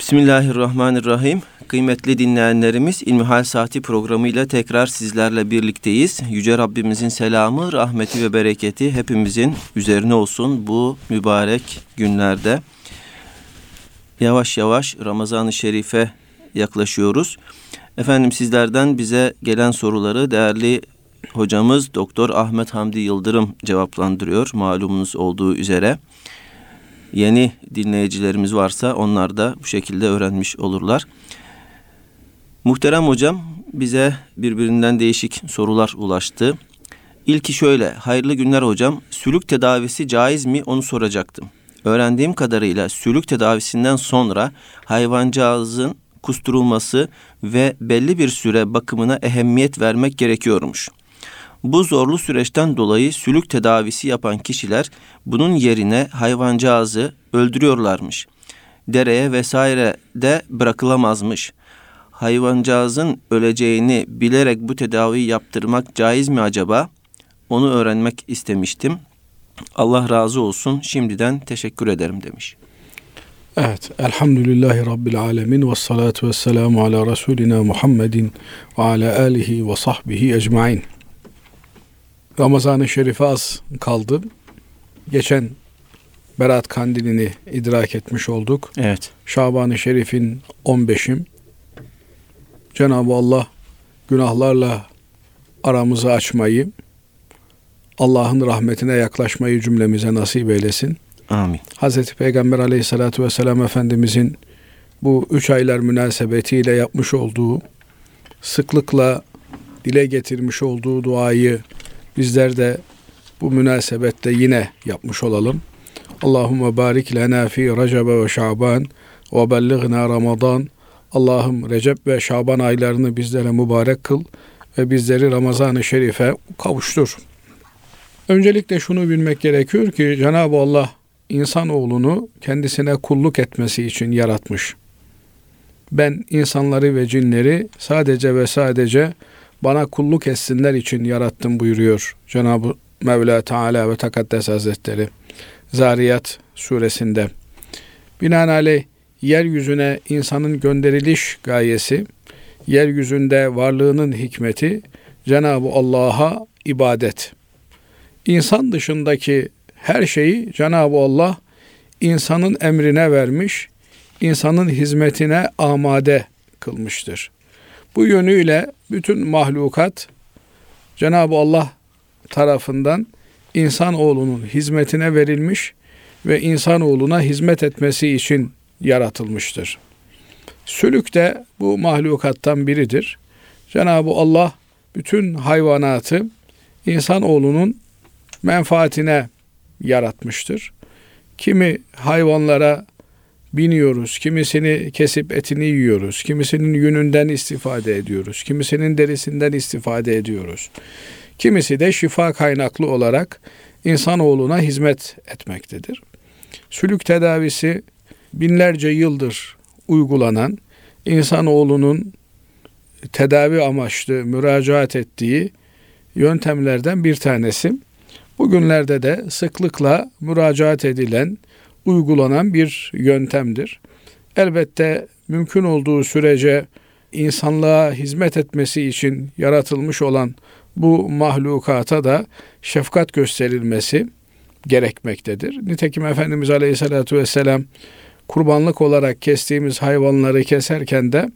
Bismillahirrahmanirrahim. Kıymetli dinleyenlerimiz, İlmihal Saati programıyla tekrar sizlerle birlikteyiz. Yüce Rabbimizin selamı, rahmeti ve bereketi hepimizin üzerine olsun bu mübarek günlerde. Yavaş yavaş Ramazan-ı Şerif'e yaklaşıyoruz. Efendim, sizlerden bize gelen soruları değerli hocamız Doktor Ahmet Hamdi Yıldırım cevaplandırıyor, malumunuz olduğu üzere. Yeni dinleyicilerimiz varsa onlar da bu şekilde öğrenmiş olurlar. Muhterem hocam, bize birbirinden değişik sorular ulaştı. İlki şöyle: hayırlı günler hocam, sülük tedavisi caiz mi onu soracaktım. Öğrendiğim kadarıyla sülük tedavisinden sonra hayvancağızın kusturulması ve belli bir süre bakımına ehemmiyet vermek gerekiyormuş. Bu zorlu süreçten dolayı sülük tedavisi yapan kişiler bunun yerine hayvancağızı öldürüyorlarmış. Dereye vesaire de bırakılamazmış. Hayvancağızın öleceğini bilerek bu tedaviyi yaptırmak caiz mi acaba? Onu öğrenmek istemiştim. Allah razı olsun. Şimdiden teşekkür ederim demiş. Evet. Elhamdülillahi Rabbil alemin ve salatu ve selamu ala Resulina Muhammedin ve ala alihi ve sahbihi ecmain. Ramazan-ı Şerif'e az kaldı. Geçen Berat Kandili'ni idrak etmiş olduk. Evet. Şaban-ı Şerif'in 15'im. Cenab-ı Allah günahlarla aramızı açmayı, Allah'ın rahmetine yaklaşmayı cümlemize nasip eylesin. Amin. Hazreti Peygamber Aleyhisselatü Vesselam Efendimizin bu 3 aylar münasebetiyle yapmış olduğu, sıklıkla dile getirmiş olduğu duayı bizler de bu münasebette yine yapmış olalım. Allahümme barik lena fi Recebe ve Şaban ve bellighna Ramazan. Allah'ım Recep ve Şaban aylarını bizlere mübarek kıl ve bizleri Ramazan-ı Şerif'e kavuştur. Öncelikle şunu bilmek gerekiyor ki Cenab-ı Allah insanoğlunu kendisine kulluk etmesi için yaratmış. Ben insanları ve cinleri sadece ve sadece bana kulluk etsinler için yarattım buyuruyor Cenab-ı Mevla Teala ve Tekaddes Hazretleri Zariyat suresinde. Binaenaleyh yeryüzüne insanın gönderiliş gayesi, yeryüzünde varlığının hikmeti Cenab-ı Allah'a ibadet. İnsan dışındaki her şeyi Cenab-ı Allah insanın emrine vermiş, insanın hizmetine amade kılmıştır. Bu yönüyle bütün mahlukat Cenab-ı Allah tarafından insanoğlunun hizmetine verilmiş ve insanoğluna hizmet etmesi için yaratılmıştır. Sülük de bu mahlukattan biridir. Cenab-ı Allah bütün hayvanatı insanoğlunun menfaatine yaratmıştır. Kimi hayvanlara biniyoruz, kimisini kesip etini yiyoruz, kimisinin yününden istifade ediyoruz, kimisinin derisinden istifade ediyoruz. Kimisi de şifa kaynaklı olarak insanoğluna hizmet etmektedir. Sülük tedavisi binlerce yıldır uygulanan, insanoğlunun tedavi amaçlı müracaat ettiği yöntemlerden bir tanesi. Bugünlerde de sıklıkla müracaat edilen, uygulanan bir yöntemdir. Elbette mümkün olduğu sürece insanlığa hizmet etmesi için yaratılmış olan bu mahlukata da şefkat gösterilmesi gerekmektedir. Nitekim Efendimiz Aleyhisselatü Vesselam kurbanlık olarak kestiğimiz hayvanları keserken de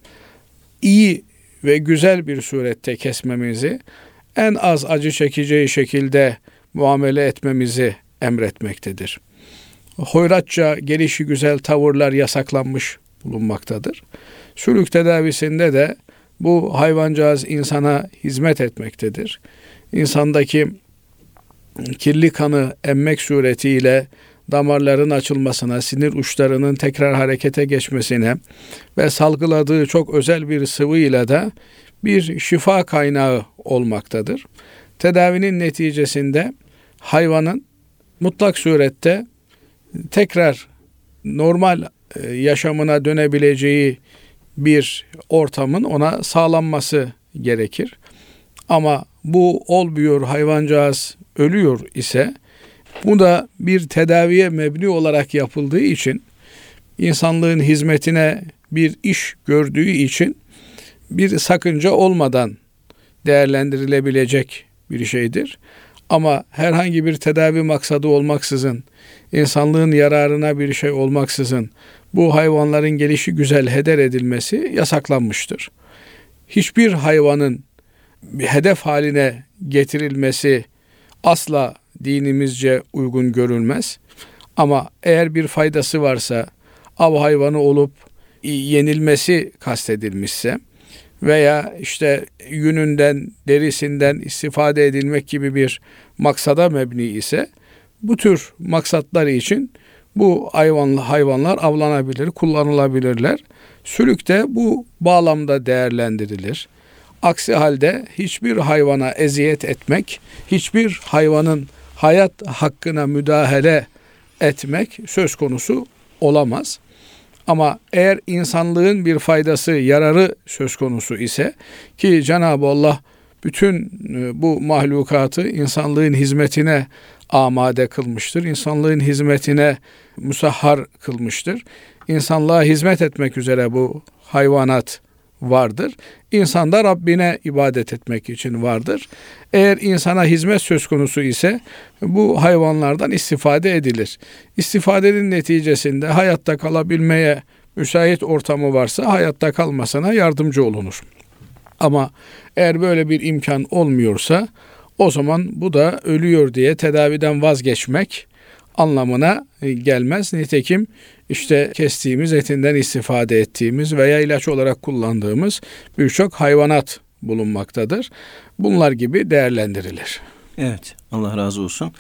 iyi ve güzel bir surette kesmemizi, en az acı çekeceği şekilde muamele etmemizi emretmektedir. Hoyratça gelişi güzel tavırlar yasaklanmış bulunmaktadır. Sülük tedavisinde de bu hayvancağız insana hizmet etmektedir. İnsandaki kirli kanı emmek suretiyle damarların açılmasına, sinir uçlarının tekrar harekete geçmesine ve salgıladığı çok özel bir sıvıyla da bir şifa kaynağı olmaktadır. Tedavinin neticesinde hayvanın mutlak surette tekrar normal yaşamına dönebileceği bir ortamın ona sağlanması gerekir. Ama bu olmuyor, hayvancağız ölüyor ise bu da bir tedaviye mebni olarak yapıldığı için insanlığın hizmetine bir iş gördüğü için bir sakınca olmadan değerlendirilebilecek bir şeydir. Ama herhangi bir tedavi maksadı olmaksızın, insanlığın yararına bir şey olmaksızın bu hayvanların gelişi güzel heder edilmesi yasaklanmıştır. Hiçbir hayvanın bir hedef haline getirilmesi asla dinimizce uygun görülmez. Ama eğer bir faydası varsa, av hayvanı olup yenilmesi kastedilmişse veya işte yününden, derisinden istifade edilmek gibi bir maksada mebni ise bu tür maksatlar için bu hayvanlar avlanabilir, kullanılabilirler. Sülük de bu bağlamda değerlendirilir. Aksi halde hiçbir hayvana eziyet etmek, hiçbir hayvanın hayat hakkına müdahale etmek söz konusu olamaz. Ama eğer insanlığın bir faydası, yararı söz konusu ise ki Cenab-ı Allah bütün bu mahlukatı insanlığın hizmetine amade kılmıştır. İnsanlığın hizmetine musahhar kılmıştır. İnsanlığa hizmet etmek üzere bu hayvanat vardır. İnsan da Rabbine ibadet etmek için vardır. Eğer insana hizmet söz konusu ise bu hayvanlardan istifade edilir. İstifadenin neticesinde hayatta kalabilmeye müsait ortamı varsa hayatta kalmasına yardımcı olunur. Ama eğer böyle bir imkan olmuyorsa o zaman bu da ölüyor diye tedaviden vazgeçmek anlamına gelmez. Nitekim işte kestiğimiz, etinden istifade ettiğimiz veya ilaç olarak kullandığımız birçok hayvanat bulunmaktadır. Bunlar gibi değerlendirilir. Evet, Allah razı olsun.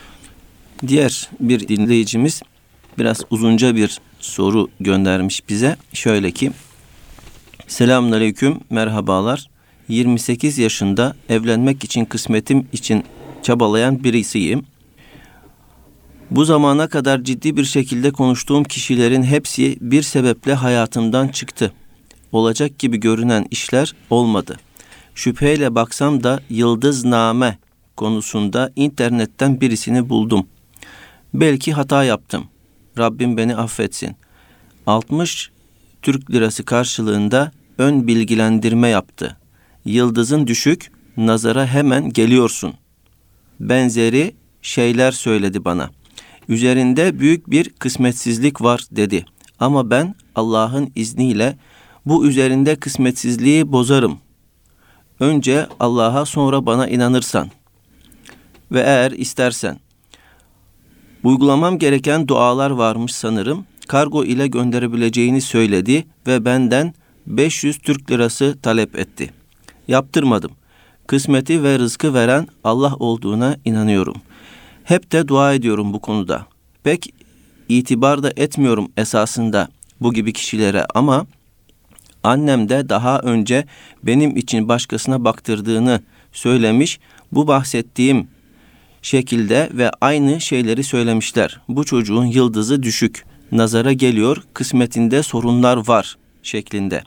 Diğer bir dinleyicimiz biraz uzunca bir soru göndermiş bize. Şöyle ki: Selamünaleyküm, merhabalar. 28 yaşında evlenmek için kısmetim için çabalayan birisiyim. Bu zamana kadar ciddi bir şekilde konuştuğum kişilerin hepsi bir sebeple hayatımdan çıktı. Olacak gibi görünen işler olmadı. Şüpheyle baksam da yıldızname konusunda internetten birisini buldum. Belki hata yaptım. Rabbim beni affetsin. 60 Türk lirası karşılığında ön bilgilendirme yaptı. Yıldızın düşük, nazara hemen geliyorsun. Benzeri şeyler söyledi bana. Üzerinde büyük bir kısmetsizlik var dedi. Ama ben Allah'ın izniyle bu üzerinde kısmetsizliği bozarım. Önce Allah'a, sonra bana inanırsan ve eğer istersen. Uygulamam gereken dualar varmış sanırım. Kargo ile gönderebileceğini söyledi ve benden 500 Türk lirası talep etti. Yaptırmadım. Kısmeti ve rızkı veren Allah olduğuna inanıyorum. Hep de dua ediyorum bu konuda. Pek itibar da etmiyorum esasında bu gibi kişilere ama annem de daha önce benim için başkasına baktırdığını söylemiş. Bu bahsettiğim şekilde ve aynı şeyleri söylemişler. Bu çocuğun yıldızı düşük, nazara geliyor, kısmetinde sorunlar var şeklinde.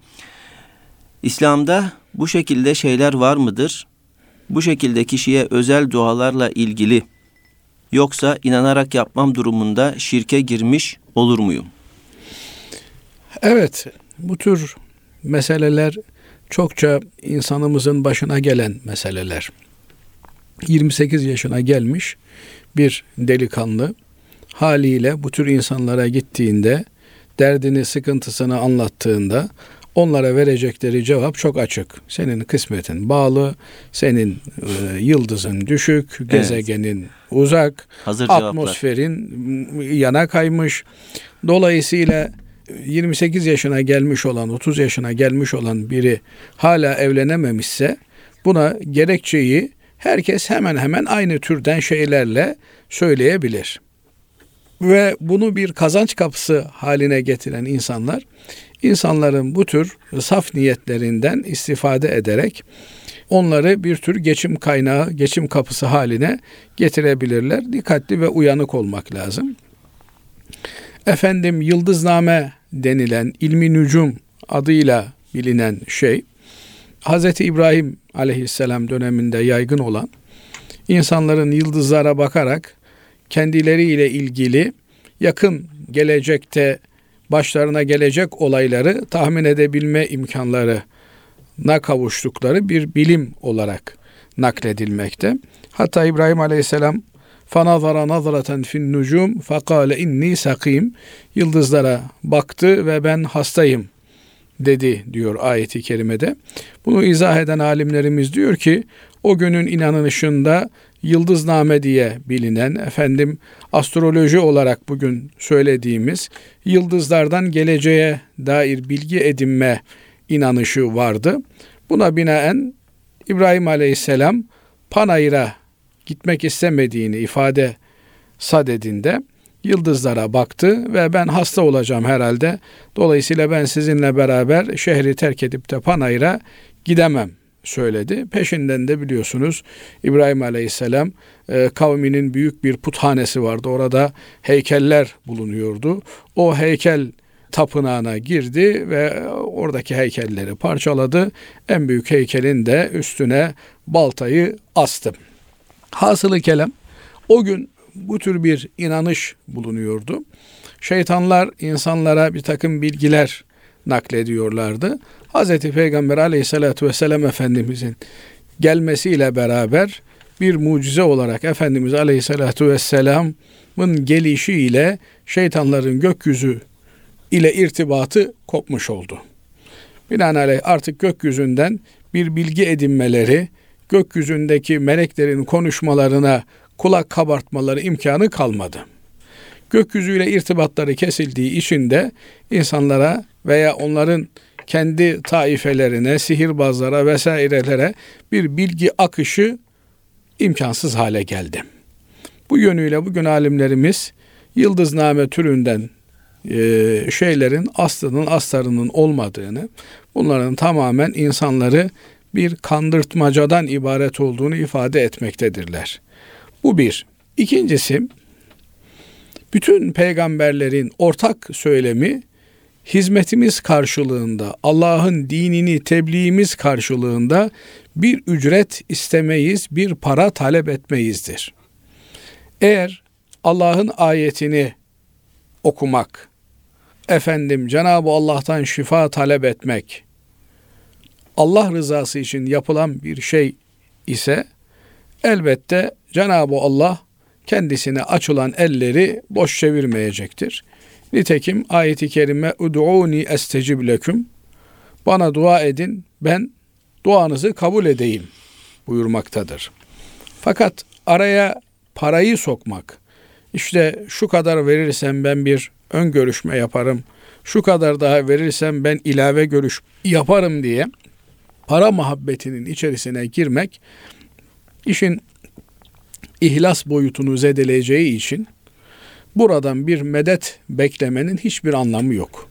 İslam'da bu şekilde şeyler var mıdır? Bu şekilde kişiye özel dualarla ilgili, yoksa inanarak yapmam durumunda şirke girmiş olur muyum? Evet, bu tür meseleler çokça insanımızın başına gelen meseleler. 28 yaşına gelmiş bir delikanlı haliyle bu tür insanlara gittiğinde, derdini, sıkıntısını anlattığında onlara verecekleri cevap çok açık. Senin kısmetin bağlı, senin yıldızın düşük, gezegenin uzak, hazır atmosferin yana kaymış. Dolayısıyla 28 yaşına gelmiş olan, 30 yaşına gelmiş olan biri hala evlenememişse buna gerekçeyi herkes hemen hemen aynı türden şeylerle söyleyebilir. Ve bunu bir kazanç kapısı haline getiren insanların bu tür saf niyetlerinden istifade ederek onları bir tür geçim kaynağı, geçim kapısı haline getirebilirler. Dikkatli ve uyanık olmak lazım. Yıldızname denilen ilmi nücum adıyla bilinen şey, Hz. İbrahim aleyhisselam döneminde yaygın olan, insanların yıldızlara bakarak kendileriyle ilgili yakın gelecekte başlarına gelecek olayları tahmin edebilme imkanlarına kavuştukları bir bilim olarak nakledilmekte. Hatta İbrahim Aleyhisselam فَنَظَرَ نَظْرَةً فِي النُّجُومِ فَقَالَ اِنِّي سَقِيمٌ Yıldızlara baktı ve ben hastayım dedi diyor ayeti kerimede. Bunu izah eden alimlerimiz diyor ki o günün inanışında yıldızname diye bilinen, astroloji olarak bugün söylediğimiz yıldızlardan geleceğe dair bilgi edinme inanışı vardı. Buna binaen İbrahim Aleyhisselam Panayır'a gitmek istemediğini ifade sadedinde yıldızlara baktı ve ben hasta olacağım herhalde. Dolayısıyla ben sizinle beraber şehri terk edip de Panayır'a gidemem söyledi. Peşinden de biliyorsunuz İbrahim Aleyhisselam kavminin büyük bir puthanesi vardı. Orada heykeller bulunuyordu. O heykel tapınağına girdi ve oradaki heykelleri parçaladı. En büyük heykelin de üstüne baltayı astı. Hasılı kelam o gün bu tür bir inanış bulunuyordu. Şeytanlar insanlara bir takım bilgiler naklediyorlardı. Hz. Peygamber Aleyhisselatü Vesselam Efendimizin gelmesiyle beraber bir mucize olarak Efendimiz Aleyhisselatü Vesselam'ın gelişiyle şeytanların gökyüzü ile irtibatı kopmuş oldu. Binaenaleyh artık gökyüzünden bir bilgi edinmeleri, gökyüzündeki meleklerin konuşmalarına kulak kabartmaları imkanı kalmadı. Gökyüzüyle irtibatları kesildiği için de insanlara veya onların kendi taifelerine, sihirbazlara vesairelere bir bilgi akışı imkansız hale geldi. Bu yönüyle bugün alimlerimiz yıldızname türünden şeylerin aslının astarının olmadığını, bunların tamamen insanları bir kandırtmacadan ibaret olduğunu ifade etmektedirler. Bu bir. İkincisi, bütün peygamberlerin ortak söylemi hizmetimiz karşılığında, Allah'ın dinini tebliğimiz karşılığında bir ücret istemeyiz, bir para talep etmeyizdir. Eğer Allah'ın ayetini okumak, Cenab-ı Allah'tan şifa talep etmek, Allah rızası için yapılan bir şey ise elbette Cenab-ı Allah kendisine açılan elleri boş çevirmeyecektir. Nitekim ayet-i kerime "Ud'uni estecib leküm" bana dua edin, ben duanızı kabul edeyim buyurmaktadır. Fakat araya parayı sokmak, işte şu kadar verirsem ben bir ön görüşme yaparım, şu kadar daha verirsem ben ilave görüş yaparım diye para muhabbetinin içerisine girmek, işin ihlas boyutunu zedeleyeceği için buradan bir medet beklemenin hiçbir anlamı yok.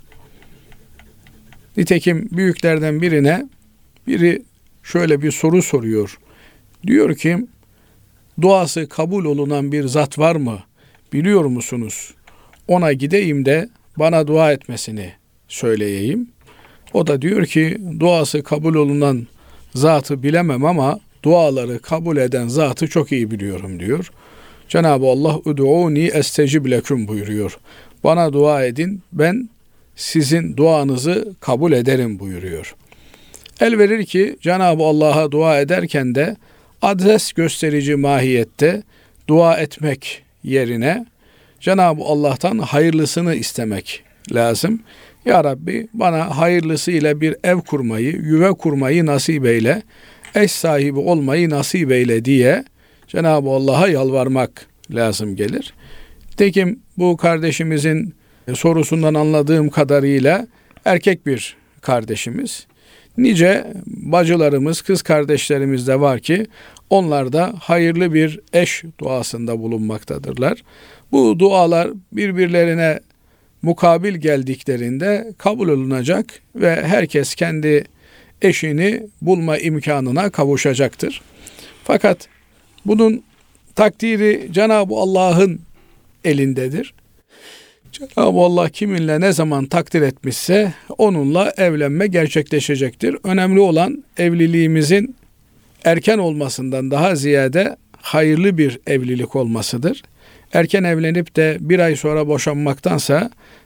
Nitekim büyüklerden biri şöyle bir soru soruyor. Diyor ki, duası kabul olunan bir zat var mı? Biliyor musunuz? Ona gideyim de bana dua etmesini söyleyeyim. O da diyor ki, duası kabul olunan zatı bilemem ama duaları kabul eden zatı çok iyi biliyorum diyor. Cenab-ı Allah "Ud'uni estecib leküm" buyuruyor. Bana dua edin, ben sizin duanızı kabul ederim buyuruyor. El verir ki Cenab-ı Allah'a dua ederken de adres gösterici mahiyette dua etmek yerine Cenab-ı Allah'tan hayırlısını istemek lazım. Ya Rabbi bana hayırlısıyla bir ev kurmayı, yuva kurmayı nasip eyle, eş sahibi olmayı nasip eyle diye Cenab-ı Allah'a yalvarmak lazım gelir. Tekim bu kardeşimizin sorusundan anladığım kadarıyla erkek bir kardeşimiz. Nice bacılarımız, kız kardeşlerimiz de var ki onlar da hayırlı bir eş duasında bulunmaktadırlar. Bu dualar birbirlerine mukabil geldiklerinde kabul olunacak ve herkes kendi eşini bulma imkanına kavuşacaktır. Fakat bunun takdiri Cenab-ı Allah'ın elindedir. Cenab-ı Allah kiminle ne zaman takdir etmişse onunla evlenme gerçekleşecektir. Önemli olan evliliğimizin erken olmasından daha ziyade hayırlı bir evlilik olmasıdır. Erken evlenip de bir ay sonra boşanmaktansa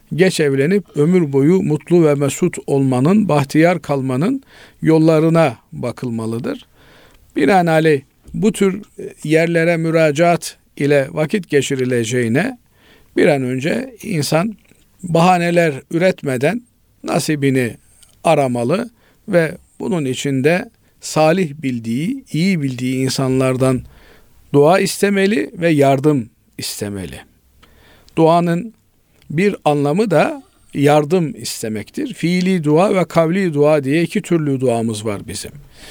geç evlenip ömür boyu mutlu ve mesut olmanın, bahtiyar kalmanın yollarına bakılmalıdır. Binaenaleyh bu tür yerlere müracaat ile vakit geçirileceğine bir an önce insan bahaneler üretmeden nasibini aramalı ve bunun içinde salih bildiği, iyi bildiği insanlardan dua istemeli ve yardım istemeli. Duanın bir anlamı da yardım istemektir. Fiili dua ve kavli dua diye iki türlü duamız var bizim.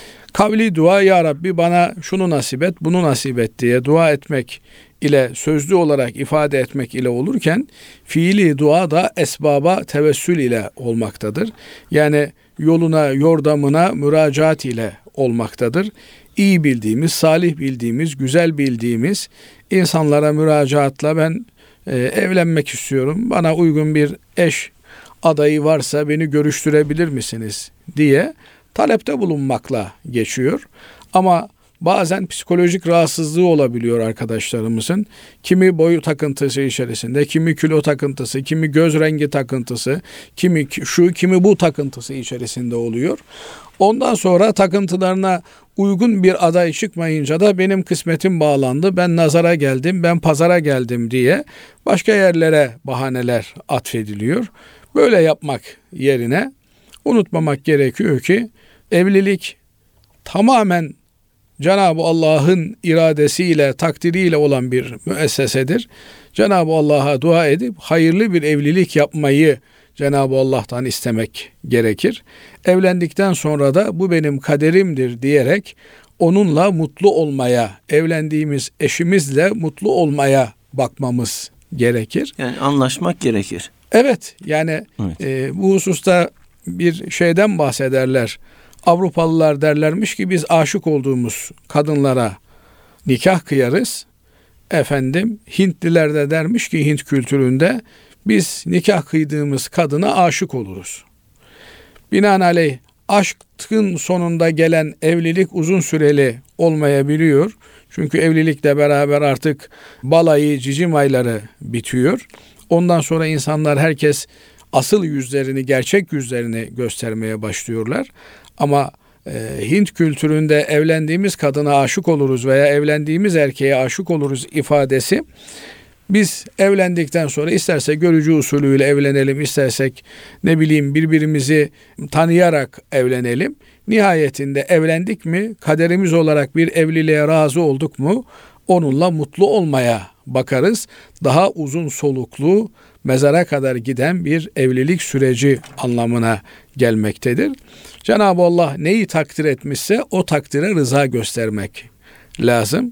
Kavli dua, ya Rabbi bana şunu nasip et, bunu nasip et diye dua etmek ile, sözlü olarak ifade etmek ile olurken, fiili dua da esbaba tevessül ile olmaktadır. Yani yoluna, yordamına müracaat ile olmaktadır. İyi bildiğimiz, salih bildiğimiz, güzel bildiğimiz insanlara müracaatla ben evlenmek istiyorum, bana uygun bir eş adayı varsa beni görüştürebilir misiniz diye talepte bulunmakla geçiyor. Ama bazen psikolojik rahatsızlığı olabiliyor arkadaşlarımızın. Kimi boyu takıntısı içerisinde, kimi kilo takıntısı, kimi göz rengi takıntısı, kimi şu, kimi bu takıntısı içerisinde oluyor. Ondan sonra takıntılarına uygun bir aday çıkmayınca da benim kısmetim bağlandı, ben nazara geldim, ben pazara geldim diye başka yerlere bahaneler atfediliyor. Böyle yapmak yerine unutmamak gerekiyor ki evlilik tamamen Cenab-ı Allah'ın iradesiyle, takdiriyle olan bir müessesedir. Cenab-ı Allah'a dua edip hayırlı bir evlilik yapmayı Cenab-ı Allah'tan istemek gerekir. Evlendikten sonra da bu benim kaderimdir diyerek onunla mutlu olmaya, evlendiğimiz eşimizle mutlu olmaya bakmamız gerekir. Yani anlaşmak gerekir. Evet, yani Evet. Bu hususta bir şeyden bahsederler. Avrupalılar derlermiş ki biz aşık olduğumuz kadınlara nikah kıyarız. Efendim Hintliler de dermiş ki Hint kültüründe biz nikah kıydığımız kadına aşık oluruz. Binaenaleyh aşkın sonunda gelen evlilik uzun süreli olmayabiliyor. Çünkü evlilikle beraber artık balayı, cicim ayları bitiyor. Ondan sonra insanlar, herkes asıl yüzlerini, gerçek yüzlerini göstermeye başlıyorlar. Ama Hint kültüründe evlendiğimiz kadına aşık oluruz veya evlendiğimiz erkeğe aşık oluruz ifadesi, biz evlendikten sonra isterse görücü usulüyle evlenelim, istersek birbirimizi tanıyarak evlenelim. Nihayetinde evlendik mi, kaderimiz olarak bir evliliğe razı olduk mu, onunla mutlu olmaya bakarız. Daha uzun soluklu, mezara kadar giden bir evlilik süreci anlamına gelmektedir. Cenab-ı Allah neyi takdir etmişse o takdire rıza göstermek lazım.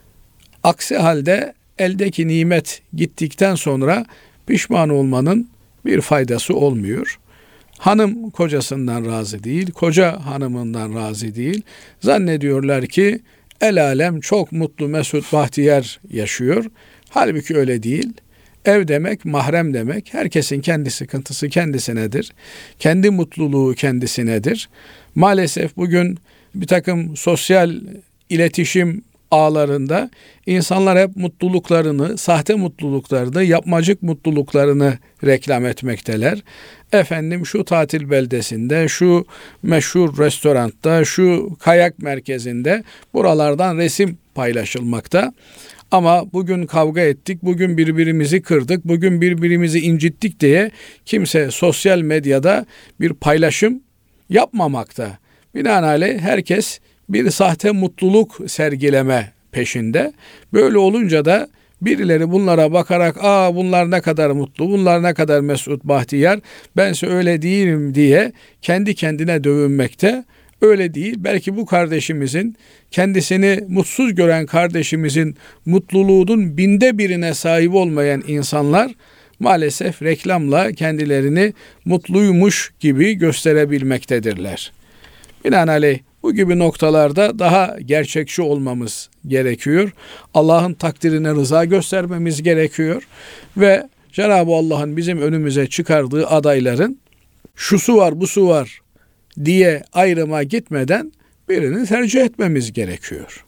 Aksi halde eldeki nimet gittikten sonra pişman olmanın bir faydası olmuyor. Hanım kocasından razı değil, koca hanımından razı değil. Zannediyorlar ki el alem çok mutlu, mesut, bahtiyar yaşıyor. Halbuki öyle değil. Ev demek mahrem demek. Herkesin kendi sıkıntısı kendisinedir. Kendi mutluluğu kendisinedir. Maalesef bugün bir takım sosyal iletişim ağlarında insanlar hep mutluluklarını, sahte mutluluklarını, yapmacık mutluluklarını reklam etmekteler. Efendim şu tatil beldesinde, şu meşhur restoranda, şu kayak merkezinde, buralardan resim paylaşılmakta. Ama bugün kavga ettik, bugün birbirimizi kırdık, bugün birbirimizi incittik diye kimse sosyal medyada bir paylaşım yapmamakta. Binaenaleyh herkes bir sahte mutluluk sergileme peşinde. Böyle olunca da birileri bunlara bakarak bunlar ne kadar mutlu, bunlar ne kadar mesut, bahtiyar, bense öyle değilim diye kendi kendine dövünmekte. Öyle değil. Belki bu kardeşimizin, kendisini mutsuz gören kardeşimizin mutluluğunun 1/1000'ine sahip olmayan insanlar maalesef reklamla kendilerini mutluymuş gibi gösterebilmektedirler. Binaenaleyh bu gibi noktalarda daha gerçekçi olmamız gerekiyor. Allah'ın takdirine rıza göstermemiz gerekiyor. Ve Cenab-ı Allah'ın bizim önümüze çıkardığı adayların şusu var, busu var diye ayrıma gitmeden birini tercih etmemiz gerekiyor.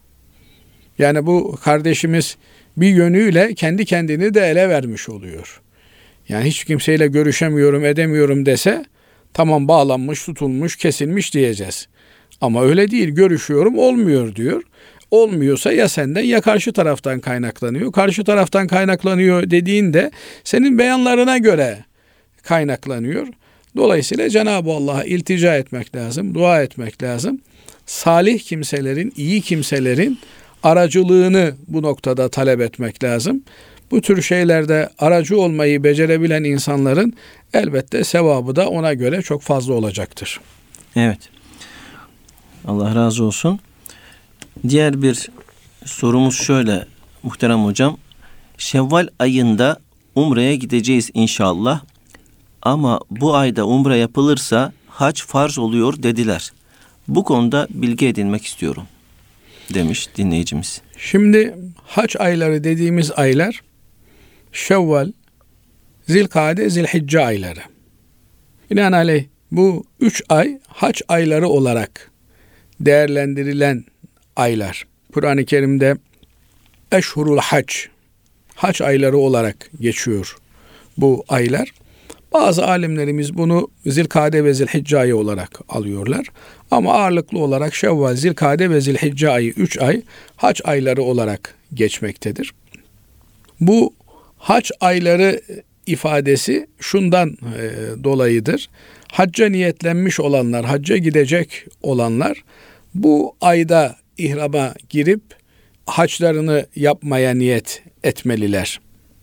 Yani bu kardeşimiz bir yönüyle kendi kendini de ele vermiş oluyor. Yani hiç kimseyle görüşemiyorum, edemiyorum dese tamam, bağlanmış, tutulmuş, kesilmiş diyeceğiz. Ama öyle değil. Görüşüyorum, olmuyor diyor. Olmuyorsa ya senden ya karşı taraftan kaynaklanıyor. Karşı taraftan kaynaklanıyor dediğinde senin beyanlarına göre kaynaklanıyor. Dolayısıyla Cenab-ı Allah'a iltica etmek lazım, dua etmek lazım. Salih kimselerin, iyi kimselerin aracılığını bu noktada talep etmek lazım. Bu tür şeylerde aracı olmayı becerebilen insanların elbette sevabı da ona göre çok fazla olacaktır. Evet. Allah razı olsun. Diğer bir sorumuz şöyle muhterem hocam. Şevval ayında Umre'ye gideceğiz inşallah. Ama bu ayda umre yapılırsa hac farz oluyor dediler. Bu konuda bilgi edinmek istiyorum demiş dinleyicimiz. Şimdi hac ayları dediğimiz aylar Şevval, Zilkade, Zilhicce ayları. Binaenaleyh bu 3 ay hac ayları olarak değerlendirilen aylar. Kur'an-ı Kerim'de Eşhurul Hac, hac ayları olarak geçiyor bu aylar. Bazı alimlerimiz bunu Zilkade ve Zilhicce ayı olarak alıyorlar. Ama ağırlıklı olarak Şevval, Zilkade ve Zilhicce ayı 3 ay hac ayları olarak geçmektedir. Bu hac ayları ifadesi şundan dolayıdır. Hacca niyetlenmiş olanlar, hacca gidecek olanlar bu ayda ihrama girip haçlarını yapmaya niyet etmeliler.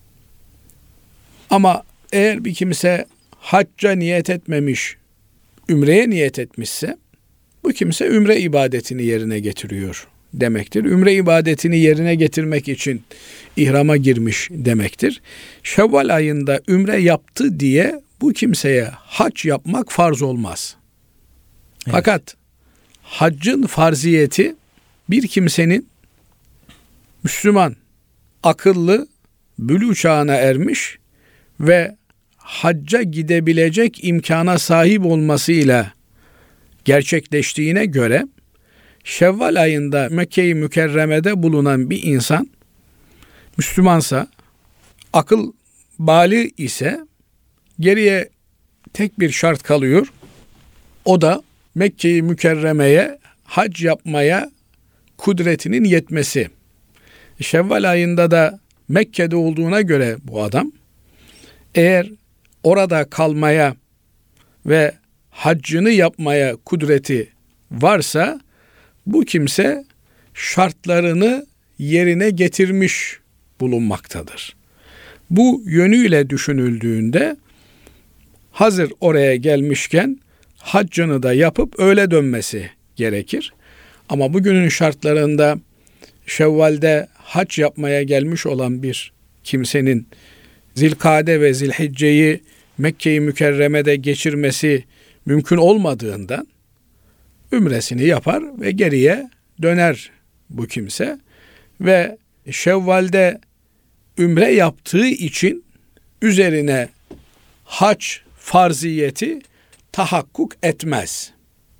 Ama eğer bir kimse hacca niyet etmemiş, ümreye niyet etmişse, bu kimse ümre ibadetini yerine getiriyor demektir. Ümre ibadetini yerine getirmek için ihrama girmiş demektir. Şevval ayında ümre yaptı diye bu kimseye hac yapmak farz olmaz. Evet. Fakat haccın farziyeti bir kimsenin Müslüman, akıllı, bülûğ çağına ermiş ve hacca gidebilecek imkana sahip olmasıyla gerçekleştiğine göre Şevval ayında Mekke-i Mükerreme'de bulunan bir insan Müslümansa, akıl bâli ise geriye tek bir şart kalıyor. O da Mekke-i Mükerreme'ye hac yapmaya kudretinin yetmesi. Şevval ayında da Mekke'de olduğuna göre bu adam eğer orada kalmaya ve haccını yapmaya kudreti varsa bu kimse şartlarını yerine getirmiş bulunmaktadır. Bu yönüyle düşünüldüğünde hazır oraya gelmişken haccını da yapıp öyle dönmesi gerekir. Ama bugünün şartlarında Şevval'de hac yapmaya gelmiş olan bir kimsenin Zilkade ve Zilhicce'yi Mekke-i Mükerreme'de geçirmesi mümkün olmadığından ümresini yapar ve geriye döner bu kimse ve Şevval'de ümre yaptığı için üzerine hac farziyeti tahakkuk etmez.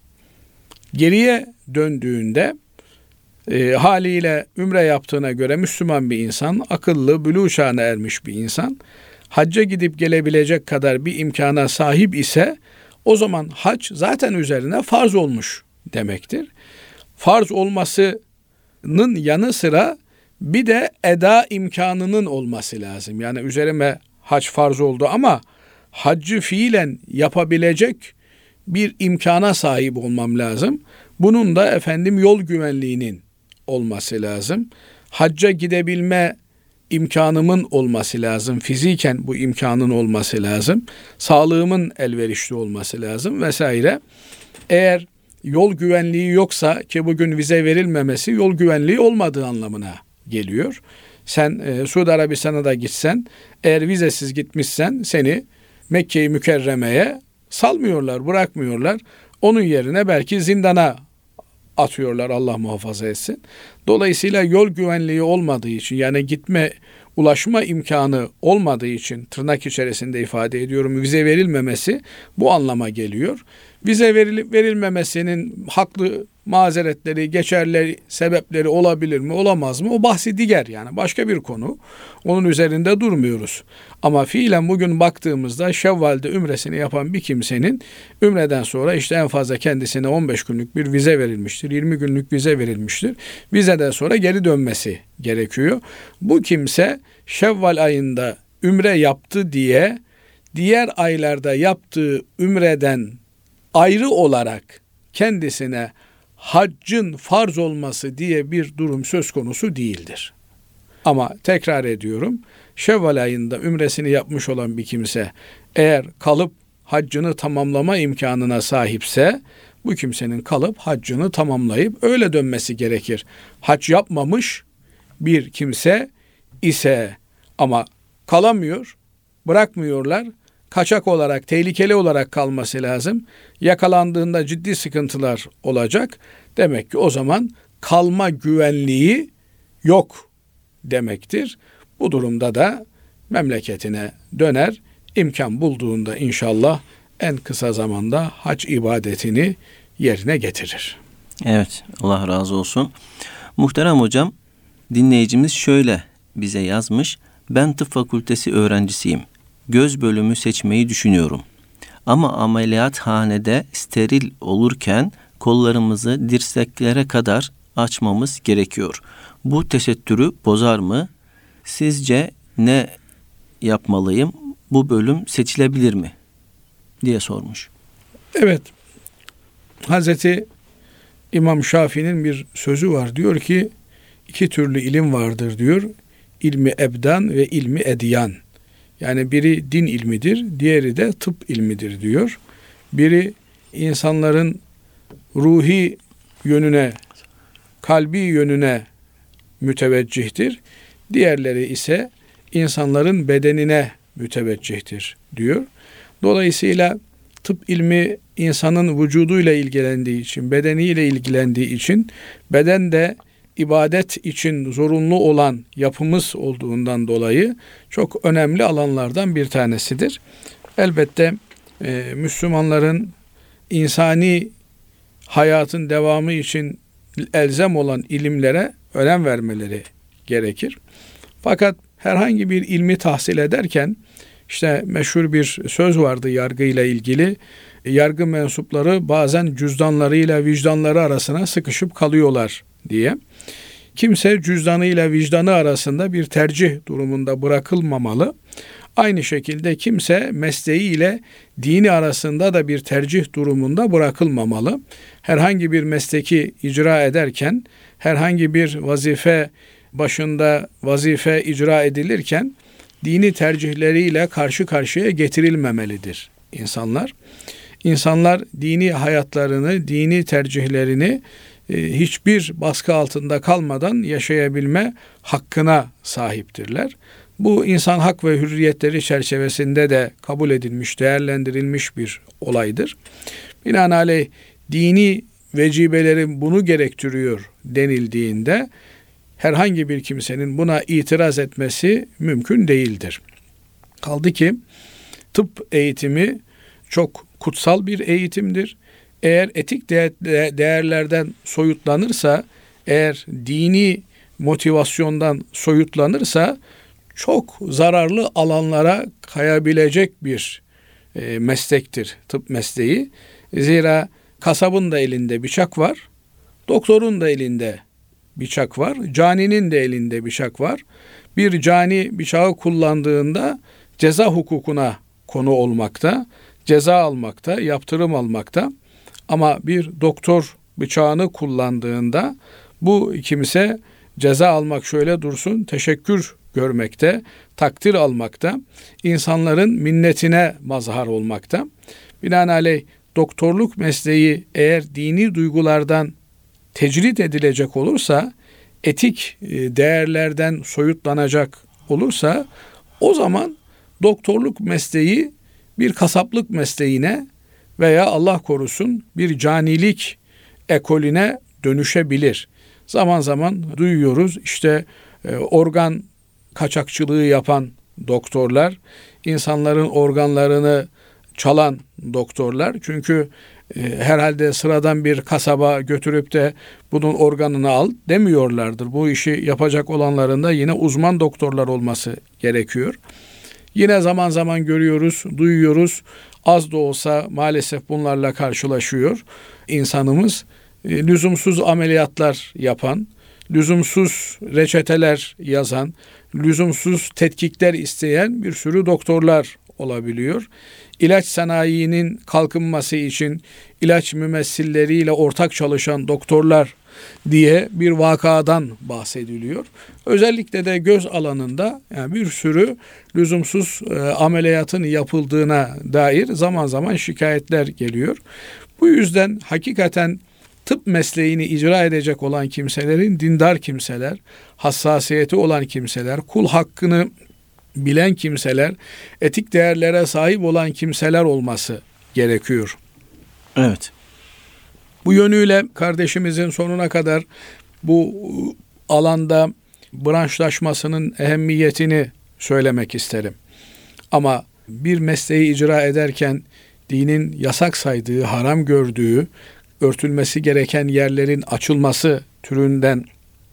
Geriye döndüğünde haliyle ümre yaptığına göre Müslüman bir insan, akıllı, bülûğ çağına ermiş bir insan, hacca gidip gelebilecek kadar bir imkana sahip ise o zaman hac zaten üzerine farz olmuş demektir. Farz olmasının yanı sıra bir de eda imkanının olması lazım. Yani üzerime hac farz oldu ama haccı fiilen yapabilecek bir imkana sahip olmam lazım. Bunun da yol güvenliğinin olması lazım. Hacca gidebilme imkanımın olması lazım. Fiziken bu imkanın olması lazım. Sağlığımın elverişli olması lazım vesaire. Eğer yol güvenliği yoksa ki bugün vize verilmemesi yol güvenliği olmadığı anlamına geliyor. Sen Suudi Arabistan'a da gitsen eğer vizesiz gitmişsen seni Mekke-i Mükerreme'ye salmıyorlar, bırakmıyorlar. Onun yerine belki zindana atıyorlar, Allah muhafaza etsin. Dolayısıyla yol güvenliği olmadığı için yani ulaşma imkanı olmadığı için tırnak içerisinde ifade ediyorum vize verilmemesi bu anlama geliyor. Vize verilmemesinin haklı mazeretleri, geçerli sebepleri olabilir mi, olamaz mı? O bahsi diğer, yani başka bir konu. Onun üzerinde durmuyoruz. Ama fiilen bugün baktığımızda Şevval'de ümresini yapan bir kimsenin ümreden sonra işte en fazla kendisine 15 günlük bir vize verilmiştir, 20 günlük vize verilmiştir. Vizeden sonra geri dönmesi gerekiyor. Bu kimse Şevval ayında ümre yaptı diye diğer aylarda yaptığı ümreden ayrı olarak kendisine haccın farz olması diye bir durum söz konusu değildir. Ama tekrar ediyorum, Şevval ayında ümresini yapmış olan bir kimse eğer kalıp haccını tamamlama imkanına sahipse bu kimsenin kalıp haccını tamamlayıp öyle dönmesi gerekir. Hac yapmamış bir kimse ise ama kalamıyor, bırakmıyorlar, kaçak olarak, tehlikeli olarak kalması lazım. Yakalandığında ciddi sıkıntılar olacak. Demek ki o zaman kalma güvenliği yok demektir. Bu durumda da memleketine döner, imkan bulduğunda inşallah en kısa zamanda hac ibadetini yerine getirir. Evet, Allah razı olsun. Muhterem hocam, dinleyicimiz şöyle bize yazmış. Ben tıp fakültesi öğrencisiyim. Göz bölümü seçmeyi düşünüyorum. Ama ameliyathanede steril olurken kollarımızı dirseklere kadar açmamız gerekiyor. Bu tesettürü bozar mı? Sizce ne yapmalıyım? Bu bölüm seçilebilir mi? Diye sormuş. Evet, Hazreti İmam Şafii'nin bir sözü var. Diyor ki, iki türlü ilim vardır diyor. İlmi ebdan ve ilmi ediyan. Yani biri din ilmidir, diğeri de tıp ilmidir diyor. Biri insanların ruhi yönüne, kalbi yönüne müteveccihtir. Diğerleri ise insanların bedenine müteveccihtir diyor. Dolayısıyla tıp ilmi insanın vücuduyla ilgilendiği için, bedeniyle ilgilendiği için, beden de ibadet için zorunlu olan yapımız olduğundan dolayı çok önemli alanlardan bir tanesidir. Elbette Müslümanların insani hayatın devamı için elzem olan ilimlere önem vermeleri gerekir. Fakat herhangi bir ilmi tahsil ederken işte meşhur bir söz vardı yargıyla ilgili. Yargı mensupları bazen cüzdanlarıyla vicdanları arasına sıkışıp kalıyorlar diye. Kimse cüzdanıyla vicdanı arasında bir tercih durumunda bırakılmamalı. Aynı şekilde kimse mesleğiyle dini arasında da bir tercih durumunda bırakılmamalı. Herhangi bir mesleki icra ederken, herhangi bir vazife başında vazife icra edilirken dini tercihleriyle karşı karşıya getirilmemelidir insanlar. İnsanlar dini hayatlarını, dini tercihlerini hiçbir baskı altında kalmadan yaşayabilme hakkına sahiptirler. Bu insan hak ve hürriyetleri çerçevesinde de kabul edilmiş, değerlendirilmiş bir olaydır. Binaenaleyh dini vecibelerin bunu gerektiriyor denildiğinde herhangi bir kimsenin buna itiraz etmesi mümkün değildir. Kaldı ki tıp eğitimi çok kutsal bir eğitimdir. Eğer etik değerlerden soyutlanırsa, eğer dini motivasyondan soyutlanırsa çok zararlı alanlara kayabilecek bir meslektir tıp mesleği. Zira kasabın da elinde bıçak var, doktorun da elinde bıçak var, caninin de elinde bıçak var. Bir cani bıçağı kullandığında ceza hukukuna konu olmakta, ceza almakta, yaptırım almakta. Ama bir doktor bıçağını kullandığında bu kimse ceza almak şöyle dursun, teşekkür görmekte, takdir almakta, insanların minnetine mazhar olmakta. Binaenaleyh doktorluk mesleği eğer dini duygulardan tecrit edilecek olursa, etik değerlerden soyutlanacak olursa o zaman doktorluk mesleği bir kasaplık mesleğine veya Allah korusun bir canilik ekolüne dönüşebilir. Zaman zaman duyuyoruz işte organ kaçakçılığı yapan doktorlar insanların organlarını çalan doktorlar. Çünkü herhalde sıradan bir kasaba götürüp de bunun organını al demiyorlardır. Bu işi yapacak olanların da yine uzman doktorlar olması gerekiyor. Yine zaman zaman görüyoruz, duyuyoruz. Az da olsa maalesef bunlarla karşılaşıyor insanımız. Lüzumsuz ameliyatlar yapan, lüzumsuz reçeteler yazan, lüzumsuz tetkikler isteyen bir sürü doktorlar olabiliyor. İlaç sanayinin kalkınması için ilaç mümessilleriyle ortak çalışan doktorlar diye bir vakadan bahsediliyor. Özellikle de göz alanında yani bir sürü lüzumsuz ameliyatın yapıldığına dair zaman zaman şikayetler geliyor. Bu yüzden hakikaten tıp mesleğini icra edecek olan kimselerin dindar kimseler, hassasiyeti olan kimseler, kul hakkını bilen kimseler, etik değerlere sahip olan kimseler olması gerekiyor. Evet. Bu yönüyle kardeşimizin sonuna kadar bu alanda branşlaşmasının ehemmiyetini söylemek isterim. Ama bir mesleği icra ederken dinin yasak saydığı, haram gördüğü, örtülmesi gereken yerlerin açılması türünden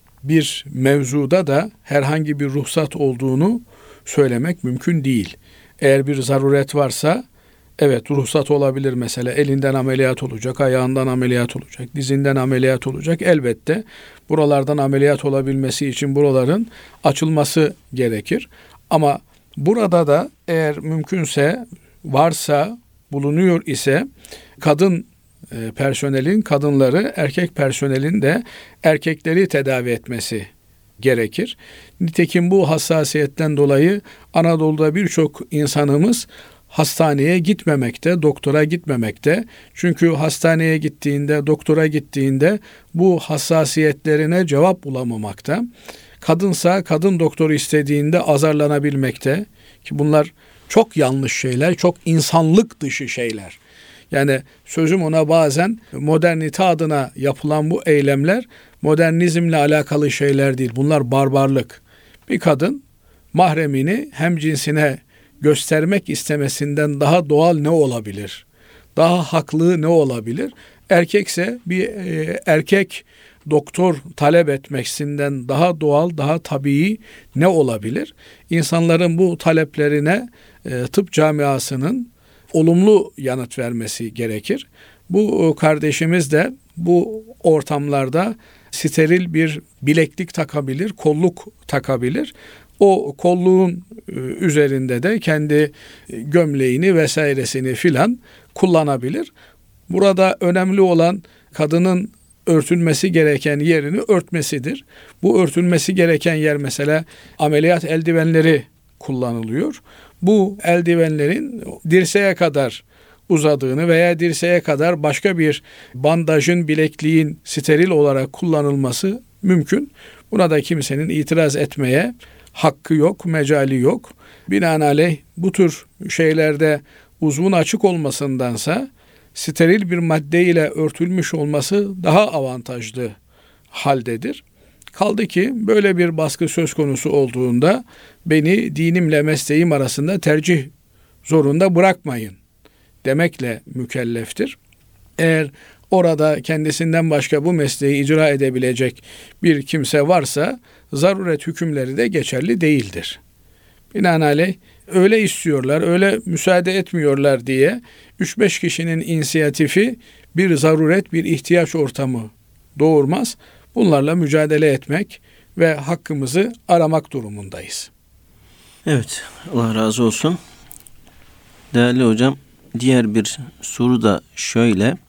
bir mevzuda da herhangi bir ruhsat olduğunu söylemek mümkün değil. Eğer bir zaruret varsa evet ruhsat olabilir, mesela elinden ameliyat olacak, ayağından ameliyat olacak, dizinden ameliyat olacak. Elbette buralardan ameliyat olabilmesi için buraların açılması gerekir. Ama burada da eğer mümkünse, varsa, bulunuyor ise kadın personelin kadınları, erkek personelin de erkekleri tedavi etmesi gerekir. Nitekim bu hassasiyetten dolayı Anadolu'da birçok insanımız hastaneye gitmemekte, doktora gitmemekte. Çünkü hastaneye gittiğinde, doktora gittiğinde bu hassasiyetlerine cevap bulamamakta. Kadınsa kadın doktoru istediğinde azarlanabilmekte. Ki bunlar çok yanlış şeyler, çok insanlık dışı şeyler. Yani sözüm ona bazen modernite adına yapılan bu eylemler modernizmle alakalı şeyler değil. Bunlar barbarlık. Bir kadın mahremini hem cinsine göstermek istemesinden daha doğal ne olabilir? Daha haklı ne olabilir? Erkekse bir erkek doktor talep etmesinden daha doğal, daha tabii ne olabilir? İnsanların bu taleplerine tıp camiasının olumlu yanıt vermesi gerekir. Bu kardeşimiz de bu ortamlarda steril bir bileklik takabilir, kolluk takabilir. O kolluğun üzerinde de kendi gömleğini vesairesini filan kullanabilir. Burada önemli olan kadının örtülmesi gereken yerini örtmesidir. Bu örtülmesi gereken yer mesela ameliyat eldivenleri kullanılıyor. Bu eldivenlerin dirseğe kadar uzadığını veya dirseğe kadar başka bir bandajın, bilekliğin steril olarak kullanılması mümkün. Buna da kimsenin itiraz etmeye hakkı yok, mecali yok. Binaenaleyh bu tür şeylerde uzvun açık olmasındansa steril bir madde ile örtülmüş olması daha avantajlı haldedir. Kaldı ki böyle bir baskı söz konusu olduğunda beni dinimle mesleğim arasında tercih zorunda bırakmayın demekle mükelleftir. Eğer orada kendisinden başka bu mesleği icra edebilecek bir kimse varsa zaruret hükümleri de geçerli değildir. Binaenaleyh öyle istiyorlar, öyle müsaade etmiyorlar diye 3-5 kişinin inisiyatifi bir zaruret, bir ihtiyaç ortamı doğurmaz. Bunlarla mücadele etmek ve hakkımızı aramak durumundayız. Evet, Allah razı olsun. Değerli hocam, diğer bir soru da şöyle.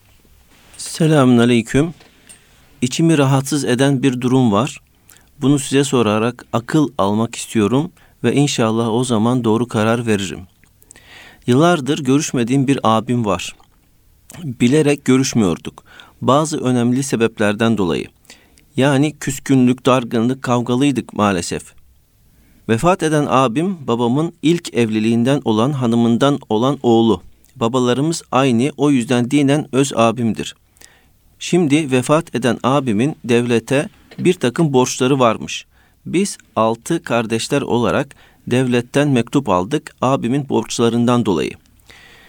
Selamünaleyküm. İçimi rahatsız eden bir durum var. Bunu size sorarak akıl almak istiyorum ve inşallah o zaman doğru karar veririm. Yıllardır görüşmediğim bir abim var. Bilerek görüşmüyorduk. Bazı önemli sebeplerden dolayı. Yani küskünlük, dargınlık, kavgalıydık maalesef. Vefat eden abim babamın ilk evliliğinden olan hanımından olan oğlu. Babalarımız aynı, o yüzden dinen öz abimdir. Şimdi vefat eden abimin devlete bir takım borçları varmış. Biz 6 kardeşler olarak devletten mektup aldık abimin borçlarından dolayı.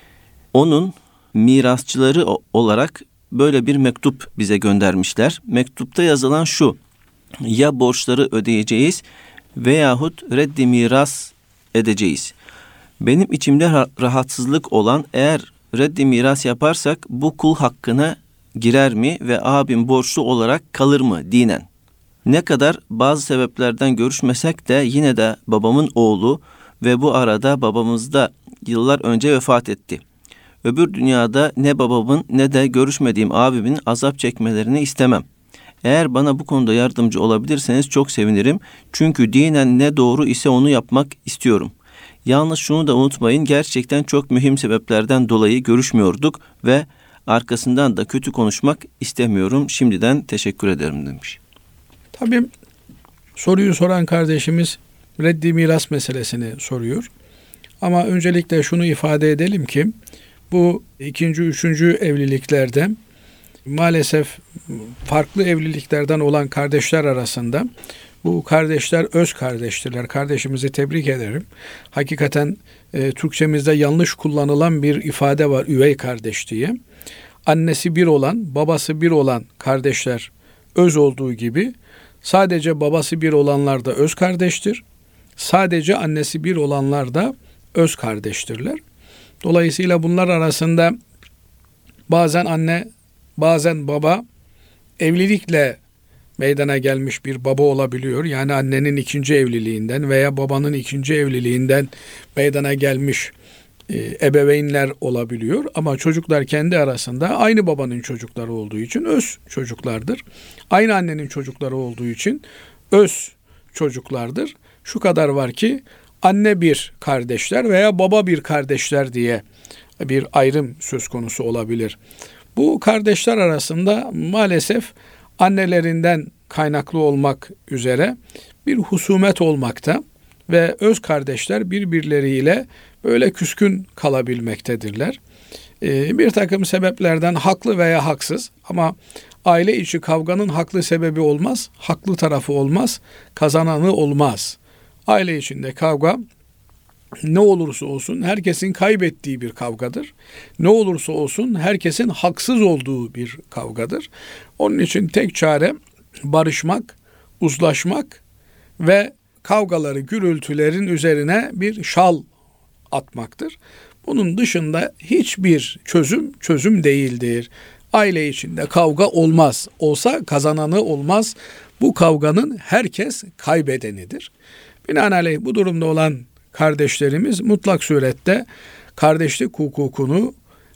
onun mirasçıları olarak böyle bir mektup bize göndermişler. Mektupta yazılan şu: ya borçları ödeyeceğiz veyahut reddi miras edeceğiz. Benim içimde rahatsızlık olan, eğer reddi miras yaparsak bu kul hakkına girer mi ve abim borçlu olarak kalır mı dinen? Ne kadar bazı sebeplerden görüşmesek de yine de babamın oğlu ve bu arada babamız da yıllar önce vefat etti. Öbür dünyada ne babamın ne de görüşmediğim abimin azap çekmelerini istemem. Eğer bana bu konuda yardımcı olabilirseniz çok sevinirim. Çünkü dinen ne doğru ise onu yapmak istiyorum. Yalnız şunu da unutmayın, gerçekten çok mühim sebeplerden dolayı görüşmüyorduk ve arkasından da kötü konuşmak istemiyorum. Şimdiden teşekkür ederim demiş. Tabii soruyu soran kardeşimiz reddi miras meselesini soruyor. Ama öncelikle şunu ifade edelim ki bu ikinci, üçüncü evliliklerde maalesef farklı evliliklerden olan kardeşler arasında bu kardeşler öz kardeştirler. Kardeşimizi tebrik ederim. Hakikaten Türkçemizde yanlış kullanılan bir ifade var, üvey kardeş diye. Annesi bir olan, babası bir olan kardeşler öz olduğu gibi sadece babası bir olanlar da öz kardeştir. Sadece annesi bir olanlar da öz kardeştirler. Dolayısıyla bunlar arasında bazen anne, bazen baba evlilikle meydana gelmiş bir baba olabiliyor. Yani annenin ikinci evliliğinden veya babanın ikinci evliliğinden meydana gelmiş ebeveynler olabiliyor. Ama çocuklar kendi arasında aynı babanın çocukları olduğu için öz çocuklardır. Aynı annenin çocukları olduğu için öz çocuklardır. Şu kadar var ki anne bir kardeşler veya baba bir kardeşler diye bir ayrım söz konusu olabilir. Bu kardeşler arasında maalesef annelerinden kaynaklı olmak üzere bir husumet olmakta ve öz kardeşler birbirleriyle böyle küskün kalabilmektedirler. Bir takım sebeplerden haklı veya haksız, ama aile içi kavganın haklı sebebi olmaz, haklı tarafı olmaz, kazananı olmaz. Aile içinde kavga ne olursa olsun herkesin kaybettiği bir kavgadır. Ne olursa olsun herkesin haksız olduğu bir kavgadır. Onun için tek çare barışmak, uzlaşmak ve kavgaları, gürültülerin üzerine bir şal atmaktır. Bunun dışında hiçbir çözüm değildir. Aile içinde kavga olmaz. Olsa kazananı olmaz. Bu kavganın herkes kaybedenidir. Binaenaleyh bu durumda olan kardeşlerimiz mutlak surette kardeşlik hukukunu,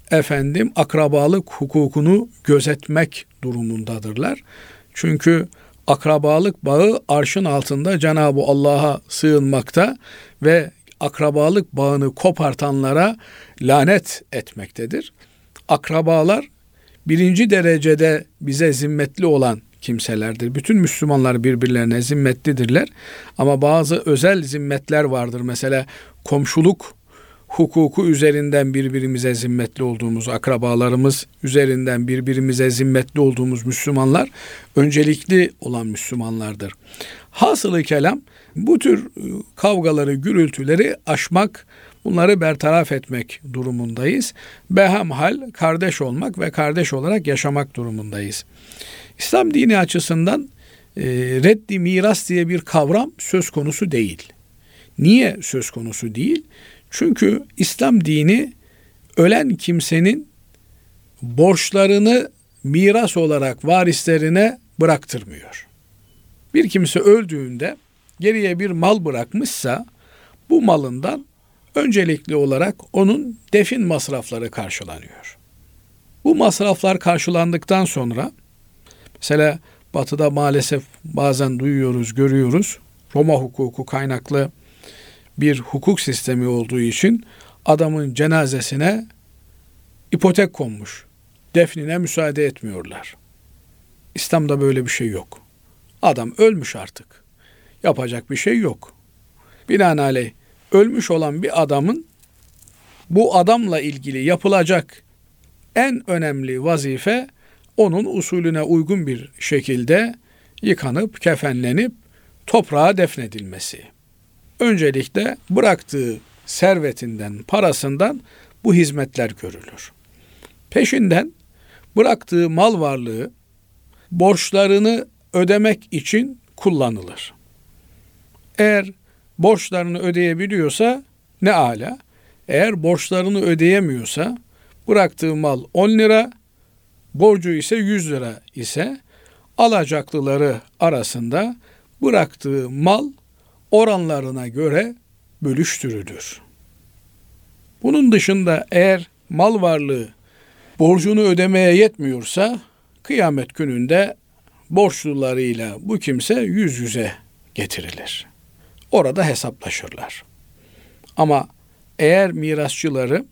akrabalık hukukunu gözetmek durumundadırlar. Çünkü akrabalık bağı arşın altında Cenab-ı Allah'a sığınmakta ve akrabalık bağını kopartanlara lanet etmektedir. Akrabalar birinci derecede bize zimmetli olan kimselerdir. Bütün Müslümanlar birbirlerine zimmetlidirler. Ama bazı özel zimmetler vardır. Mesela komşuluk hukuku üzerinden birbirimize zimmetli olduğumuz, akrabalarımız üzerinden birbirimize zimmetli olduğumuz Müslümanlar öncelikli olan Müslümanlardır. Hasılı kelam bu tür kavgaları, gürültüleri aşmak, bunları bertaraf etmek durumundayız. Behemhal kardeş olmak ve kardeş olarak yaşamak durumundayız. İslam dini açısından reddi miras diye bir kavram söz konusu değil. Niye söz konusu değil? Çünkü İslam dini ölen kimsenin borçlarını miras olarak varislerine bıraktırmıyor. Bir kimse öldüğünde geriye bir mal bırakmışsa bu malından öncelikli olarak onun defin masrafları karşılanıyor. Bu masraflar karşılandıktan sonra mesela Batı'da maalesef bazen duyuyoruz, görüyoruz. Roma hukuku kaynaklı bir hukuk sistemi olduğu için adamın cenazesine ipotek konmuş. Defnine müsaade etmiyorlar. İslam'da böyle bir şey yok. Adam ölmüş artık. Yapacak bir şey yok. Binaenaleyh ölmüş olan bir adamın bu adamla ilgili yapılacak en önemli vazife onun usulüne uygun bir şekilde yıkanıp, kefenlenip toprağa defnedilmesi. Öncelikle bıraktığı servetinden, parasından bu hizmetler görülür. Peşinden bıraktığı mal varlığı borçlarını ödemek için kullanılır. Eğer borçlarını ödeyebiliyorsa ne âlâ. Eğer borçlarını ödeyemiyorsa bıraktığı mal 10 lira, borcu ise 100 lira ise alacaklıları arasında bıraktığı mal oranlarına göre bölüştürülür. Bunun dışında eğer mal varlığı borcunu ödemeye yetmiyorsa kıyamet gününde borçlularıyla bu kimse yüz yüze getirilir. Orada hesaplaşırlar. Ama eğer mirasçıları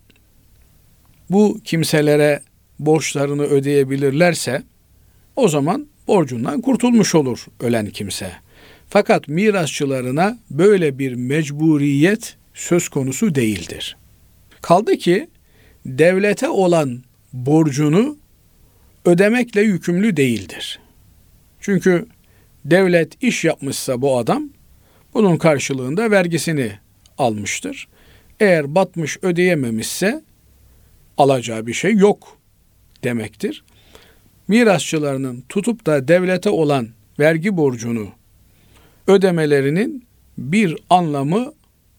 bu kimselere borçlarını ödeyebilirlerse o zaman borcundan kurtulmuş olur ölen kimse. Fakat mirasçılarına böyle bir mecburiyet söz konusu değildir. Kaldı ki devlete olan borcunu ödemekle yükümlü değildir. Çünkü devlet iş yapmışsa bu adam bunun karşılığında vergisini almıştır. Eğer batmış ödeyememişse alacağı bir şey yok demektir. Mirasçılarının tutup da devlete olan vergi borcunu ödemelerinin bir anlamı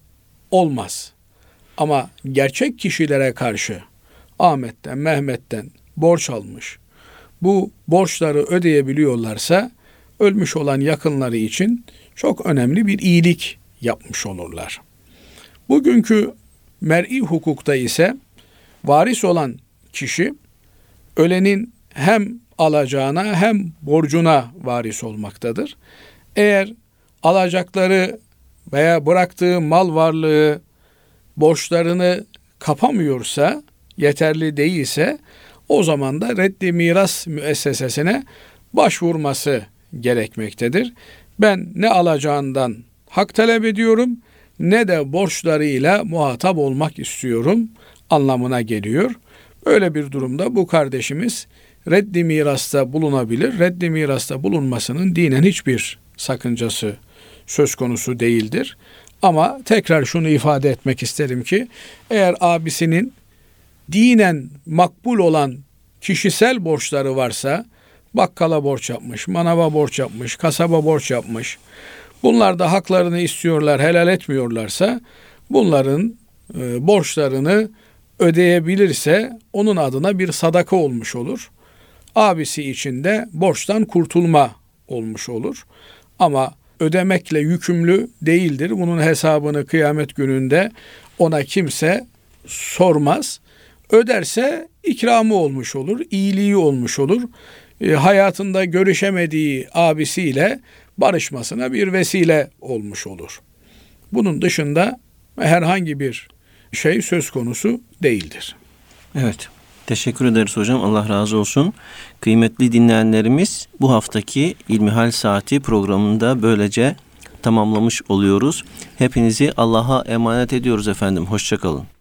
olmaz. Ama gerçek kişilere karşı Ahmet'ten, Mehmet'ten borç almış, bu borçları ödeyebiliyorlarsa ölmüş olan yakınları için çok önemli bir iyilik yapmış olurlar. Bugünkü mer'i hukukta ise varis olan kişi ölenin hem alacağına hem borcuna varis olmaktadır. Eğer alacakları veya bıraktığı mal varlığı borçlarını kapamıyorsa, yeterli değilse o zaman da reddi miras müessesesine başvurması gerekmektedir. Ben ne alacağından hak talep ediyorum ne de borçlarıyla muhatap olmak istiyorum anlamına geliyor. Böyle bir durumda bu kardeşimiz reddi mirasta bulunabilir. Reddi mirasta bulunmasının dinen hiçbir sakıncası söz konusu değildir. Ama tekrar şunu ifade etmek isterim ki eğer abisinin dinen makbul olan kişisel borçları varsa, bakkala borç yapmış, manava borç yapmış, kasaba borç yapmış, bunlar da haklarını istiyorlar, helal etmiyorlarsa bunların borçlarını ödeyebilirse onun adına bir sadaka olmuş olur. Abisi için de borçtan kurtulma olmuş olur. Ama ödemekle yükümlü değildir. Bunun hesabını kıyamet gününde ona kimse sormaz. Öderse ikramı olmuş olur, iyiliği olmuş olur. Hayatında görüşemediği abisiyle barışmasına bir vesile olmuş olur. Bunun dışında herhangi bir şey söz konusu değildir. Evet. Teşekkür ederiz hocam. Allah razı olsun. Kıymetli dinleyenlerimiz, bu haftaki İlmihal Saati programında böylece tamamlamış oluyoruz. Hepinizi Allah'a emanet ediyoruz efendim. Hoşça kalın.